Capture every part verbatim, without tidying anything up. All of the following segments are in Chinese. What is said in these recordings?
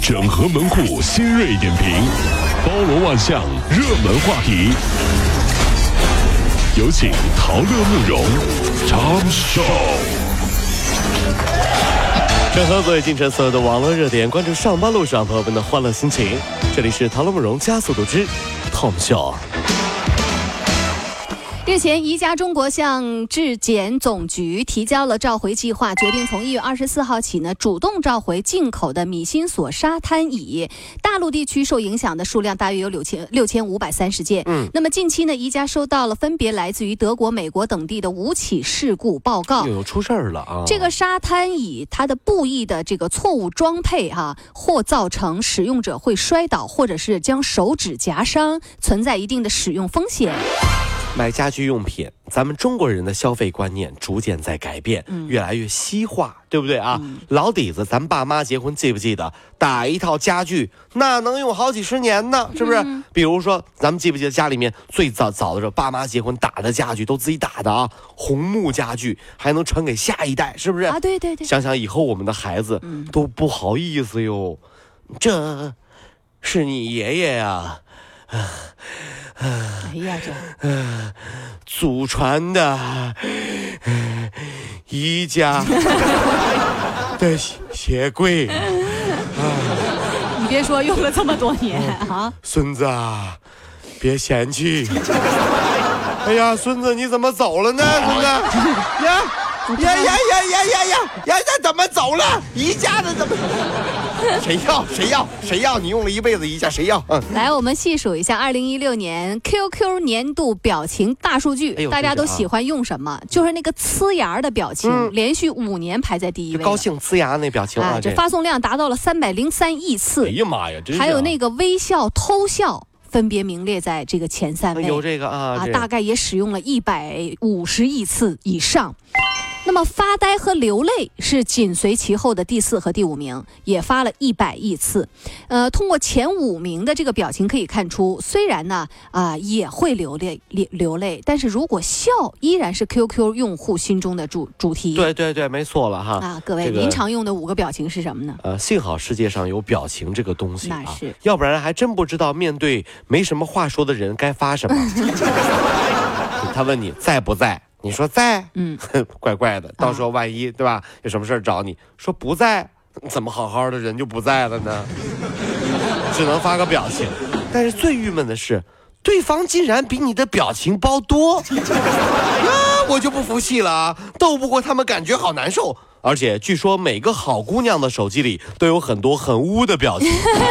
整合门户新锐点评，包罗万象，热门话题。有请陶乐慕容 Tom Show。 整合最近城所有的网络热点，关注上班路上朋友们的欢乐心情。这里是陶乐慕容加速度之 Tom Show。 日前，宜家中国向质检总局提交了召回计划，决定从一月二十四号起呢，主动召回进口的米心所沙滩椅。大陆地区受影响的数量大约有六千六千五百三十件。嗯，那么近期呢，宜家收到了分别来自于德国、美国等地的五起事故报告， 又出事儿了啊！ 这个沙滩椅它的布艺的这个错误装配哈、啊，或造成使用者会摔倒，或者是将手指夹伤，存在一定的使用风险。 买家居用品，咱们中国人的消费观念逐渐在改变，嗯、越来越西化，对不对啊？嗯、老底子，咱爸妈结婚记不记得，打一套家具那能用好几十年呢，是不是？嗯、比如说，咱们记不记得家里面最早早的时候，爸妈结婚打的家具都自己打的啊，红木家具还能传给下一代，是不是？ 啊，对对对。 想想以后我们的孩子、嗯、都不好意思哟，这是你爷爷呀、啊。 哎呀，这、 呃、祖传的呃宜家的鞋柜、啊、 你别说用了这么多年啊， 孙子啊，别嫌弃。哎呀，孙子你怎么走了呢？孙子呀呀呀呀呀呀呀呀！这怎么走了？宜家的怎么？谁要谁要谁要？你用了一辈子宜家，谁要？嗯， 来，我们细数一下二零一六年 Q Q 年度表情大数据，哎、大家都喜欢用什么？啊、就是那个呲牙的表情，嗯、连续五年排在第一位。 高兴呲牙那表情啊， 啊这发送量达到了三百零三亿次。 哎呀妈呀，真是、啊！ 还有那个微笑、偷笑。分别名列在这个前三位， 有这个啊， 啊，大概也使用了一百五十亿次以上。那么发呆和流泪是紧随其后的第四和第五名，也发了一百亿次。呃，通过前五名的这个表情可以看出，虽然呢啊、呃、也会流泪流泪，但是如果笑依然是 Q Q 用户心中的主主题。 对对对，没错了哈。 啊，各位， 这个、 您常用的五个表情是什么呢？ 呃，幸好世界上有表情这个东西啊， 那是， 要不然还真不知道面对没什么话说的人该发什么。他问你在不在？你说在，嗯，怪怪的。到时候万一、啊、对吧，有什么事找你，说不在，怎么好好的人就不在了呢？只能发个表情。但是最郁闷的是，对方竟然比你的表情包多，呀，我就不服气了啊！斗不过他们，感觉好难受。而且据说每个好姑娘的手机里都有很多很污的表情。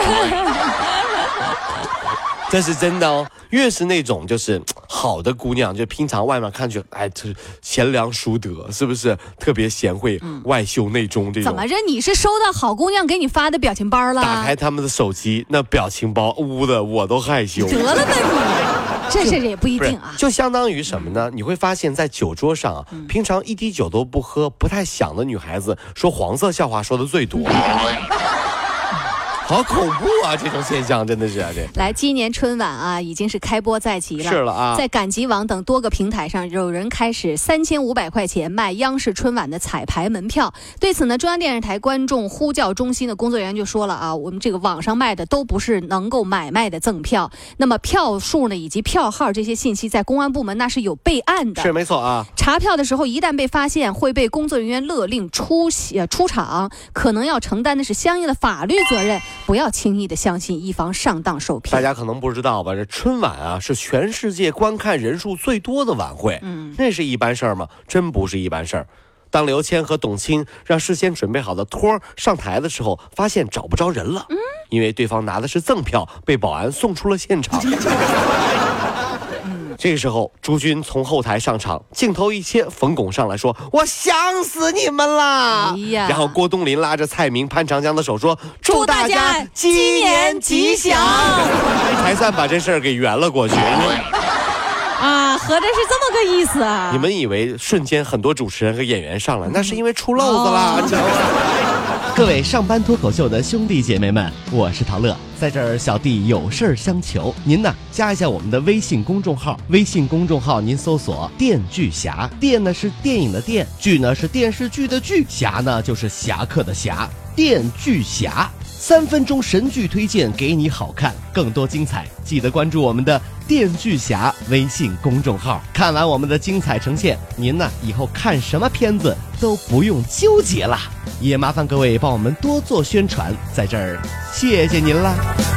这是真的哦，越是那种就是好的姑娘，就平常外面看去，哎，这贤良淑德，是不是特别贤惠、嗯、外秀内中这种？ 怎么着？你是收到好姑娘给你发的表情包了？ 打开他们的手机，那表情包污的我都害羞。 得了吧你，这事也不一定啊。 就相当于什么呢？你会发现在酒桌上啊，嗯、平常一滴酒都不喝、不太想的女孩子，说黄色笑话说的最多。好恐怖啊！这种现象真的是啊，这来今年春晚啊，已经是开播在即了。 是了啊， 在赶集网等多个平台上，有人开始三千五百块钱卖央视春晚的彩排门票。对此呢，中央电视台观众呼叫中心的工作人员就说了啊，我们这个网上卖的都不是能够买卖的赠票。那么票数呢，以及票号这些信息，在公安部门那是有备案的。 是没错啊。 查票的时候，一旦被发现，会被工作人员勒令出呃出场，可能要承担的是相应的法律责任。不要轻易的相信，以防上当受骗。 大家可能不知道吧，这春晚啊是全世界观看人数最多的晚会，嗯，那是一般事儿吗？真不是一般事儿。当刘谦和董卿让事先准备好的托上台的时候，发现找不着人了，嗯，因为对方拿的是赠票，被保安送出了现场。这个时候，朱军从后台上场，镜头一切，冯巩上来说：“我想死你们啦！”哎呀，然后郭冬临拉着蔡明、潘长江的手说：“祝大家鸡年吉祥！”才算把这事儿给圆了过去。 啊，合着是这么个意思啊！ 你们以为瞬间很多主持人和演员上来，那是因为出漏子啦，你知道吗？ 各位上班脱口秀的兄弟姐妹们，我是陶乐，在这儿小弟有事儿相求，您呢加一下我们的微信公众号，微信公众号您搜索电锯侠，电呢是电影的电，剧呢是电视剧的剧，侠呢就是侠客的侠，电锯侠，三分钟神剧推荐给你好看，更多精彩记得关注我们的电锯侠微信公众号。看完我们的精彩呈现，您呢以后看什么片子都不用纠结了，也麻烦各位帮我们多做宣传，在这儿谢谢您啦。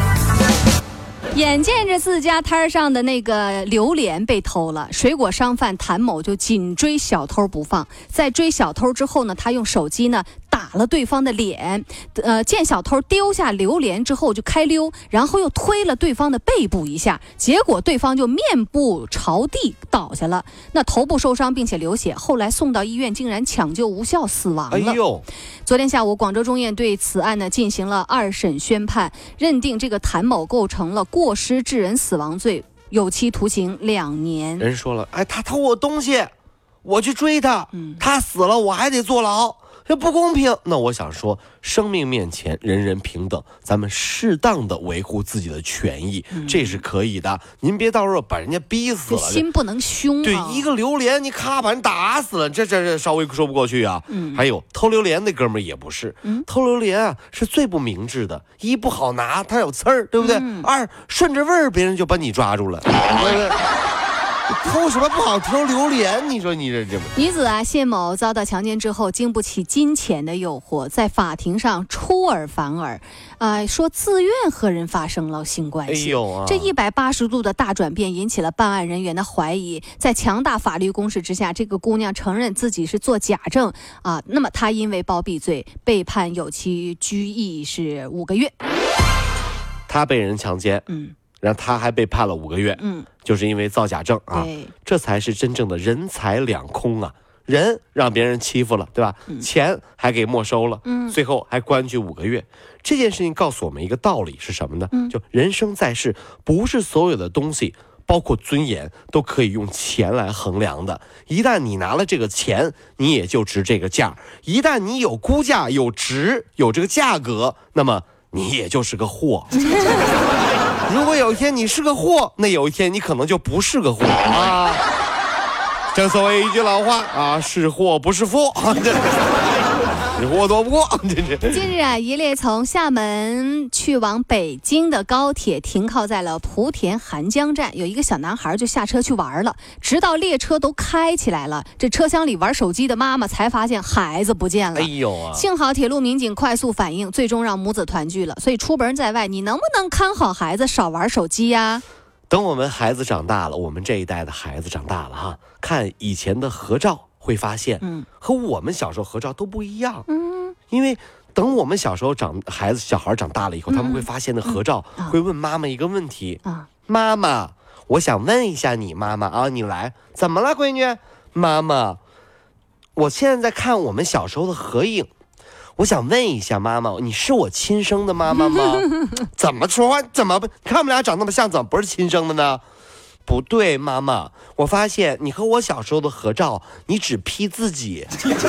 眼见着自家摊上的那个榴莲被偷了，水果商贩谭某就紧追小偷不放。在追小偷之后呢，他用手机呢打了对方的脸，呃，见小偷丢下榴莲之后就开溜，然后又推了对方的背部一下，结果对方就面部朝地倒下了，那头部受伤并且流血，后来送到医院竟然抢救无效死亡了。 哎呦！ 昨天下午，广州中院对此案呢进行了二审宣判，认定这个谭某构成了过失致人死亡罪，有期徒刑两年。 人说了，哎，他偷我东西，我去追他，嗯、他死了，我还得坐牢。这不公平。那我想说，生命面前人人平等，咱们适当的维护自己的权益，嗯、这是可以的。您别到时候把人家逼死了， 心不能凶、啊。 对，一个榴莲你咔把人打死了，这这这稍微说不过去啊。嗯、还有偷榴莲那哥们儿也不是，嗯、偷榴莲啊是最不明智的。一不好拿，它有刺儿，对不对？嗯、二顺着味儿，别人就把你抓住了，对不对？偷什么不好，偷榴莲？你说你这这女子啊谢某遭到强奸之后，经不起金钱的诱惑，在法庭上出尔反尔，啊、呃，说自愿和人发生了性关系。哎呦啊！这一百八十度的大转变引起了办案人员的怀疑。在强大法律攻势之下，这个姑娘承认自己是做假证啊。那么她因为包庇罪被判有期拘役是五个月。 她被人强奸，嗯。然后他还被判了五个月，嗯，就是因为造假证啊，这才是真正的人财两空啊！人让别人欺负了，对吧？嗯、钱还给没收了，嗯，最后还关拘五个月。这件事情告诉我们一个道理是什么呢？嗯、就人生在世，不是所有的东西，包括尊严，都可以用钱来衡量的。一旦你拿了这个钱，你也就值这个价；一旦你有估价、有值、有这个价格，那么你也就是个货。如果有一天你是个货，那有一天你可能就不是个货啊。正所谓一句老话啊，是货不是富，是货躲不过。 近日啊，一列从厦门去往北京的高铁停靠在了莆田韩江站，有一个小男孩就下车去玩了，直到列车都开起来了，这车厢里玩手机的妈妈才发现孩子不见了。哎呦啊！幸好铁路民警快速反应，最终让母子团聚了。所以出门在外，你能不能看好孩子，少玩手机呀？ 等我们孩子长大了，我们这一代的孩子长大了哈，看以前的合照会发现，嗯，和我们小时候合照都不一样，嗯，因为等我们小时候长孩子小孩长大了以后，嗯、他们会发现的合照，嗯、会问妈妈一个问题啊，妈妈，我想问一下你妈妈啊，你来，怎么了，闺女？妈妈，我现在在看我们小时候的合影。我想问一下妈妈，你是我亲生的妈妈吗？怎么说话？怎么看我们俩长那么像，怎么不是亲生的呢？不对，妈妈，我发现你和我小时候的合照，你只 P 自己。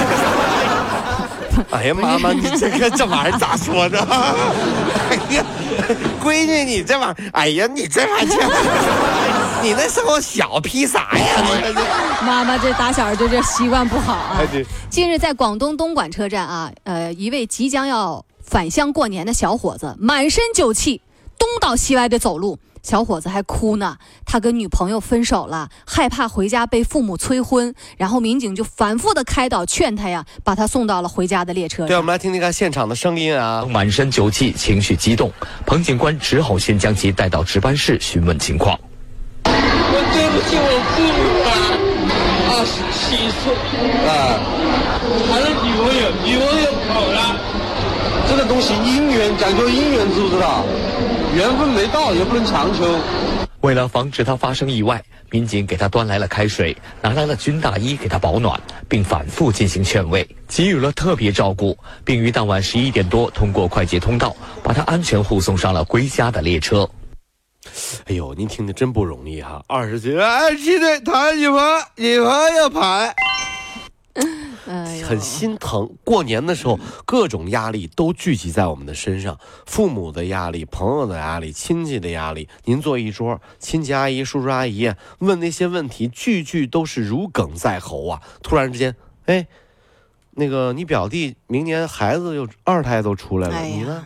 哎呀，妈妈，你这个这玩意儿咋说呢？哎呀，闺女，你这玩意儿，哎呀，你这玩意儿，你那时候小 P 啥呀？ 妈妈这打小就这习惯不好啊。近日在广东东莞车站啊，呃，一位即将要返乡过年的小伙子，满身酒气，东倒西歪的走路。小伙子还哭呢，他跟女朋友分手了，害怕回家被父母催婚，然后民警就反复的开导劝他呀，把他送到了回家的列车上。 对，我们来听听看现场的声音啊。 满身酒气，情绪激动，彭警官只好先将其带到值班室询问情况。 我对不起我父母啊，二十七岁啊，还是女朋友，女朋友跑了。 这个东西姻缘讲究姻缘，知不知道？缘分没到也不能强求。 为了防止他发生意外，民警给他端来了开水，拿来了军大衣给他保暖，并反复进行劝慰，给予了特别照顾，并于当晚十一点多通过快捷通道把他安全护送上了归家的列车。 哎呦，您听的真不容易哈！二十岁，二十七岁谈女朋友，女朋友跑。 哎、 很心疼。过年的时候，各种压力都聚集在我们的身上，父母的压力、朋友的压力、亲戚的压力。您坐一桌，亲戚阿姨、叔叔阿姨问那些问题，句句都是如鲠在喉啊！突然之间，哎，那个你表弟明年孩子又二胎都出来了， 哎、 你呢？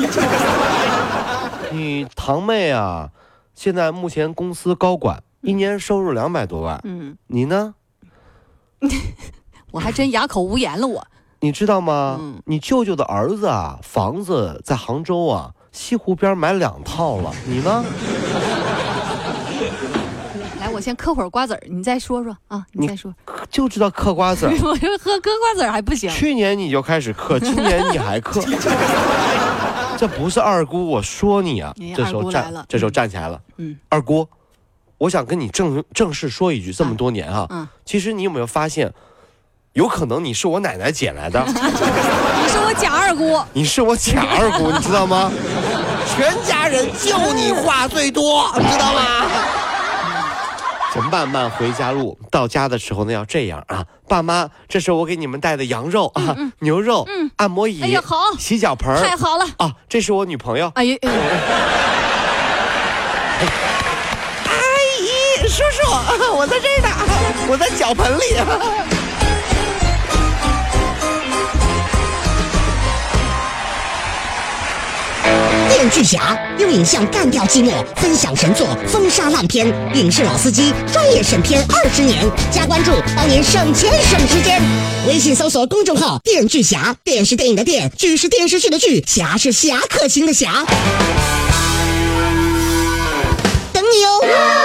你堂妹啊，现在目前公司高管，一年收入两百多万。嗯，你呢？ 我还真哑口无言了我。 你知道吗？嗯、你舅舅的儿子啊，房子在杭州啊，西湖边买两套了。你呢？ 来，我先嗑会儿瓜子儿，你再说说啊，你再说。 就知道嗑瓜子儿， 我说喝嗑瓜子儿还不行。 去年你就开始嗑，今年你还嗑。这不是二姑，我说你啊！ 哎、 这时候站，这时候站起来了。嗯，二姑，我想跟你正正式说一句，这么多年啊，嗯、其实你有没有发现，有可能你是我奶奶捡来的。 你是我假二姑， 你是我假二姑，你知道吗？全家人就你话最多，你知道吗？这慢慢回家路，到家的时候呢要这样啊，爸妈，这是我给你们带的羊肉啊，嗯、牛肉，嗯、按摩椅， 哎呀好， 洗脚盆， 太好了啊，这是我女朋友。 哎呀，哎阿姨，叔叔，我在这儿呢，我在脚盆里。 电锯侠用影像干掉寂寞，分享神作，封杀烂片，影视老司机专业审片二十年，加关注帮您省钱省时间。微信搜索公众号“电锯侠”，电是电影的电，剧是电视剧的剧，侠是侠客行的侠，等你哦。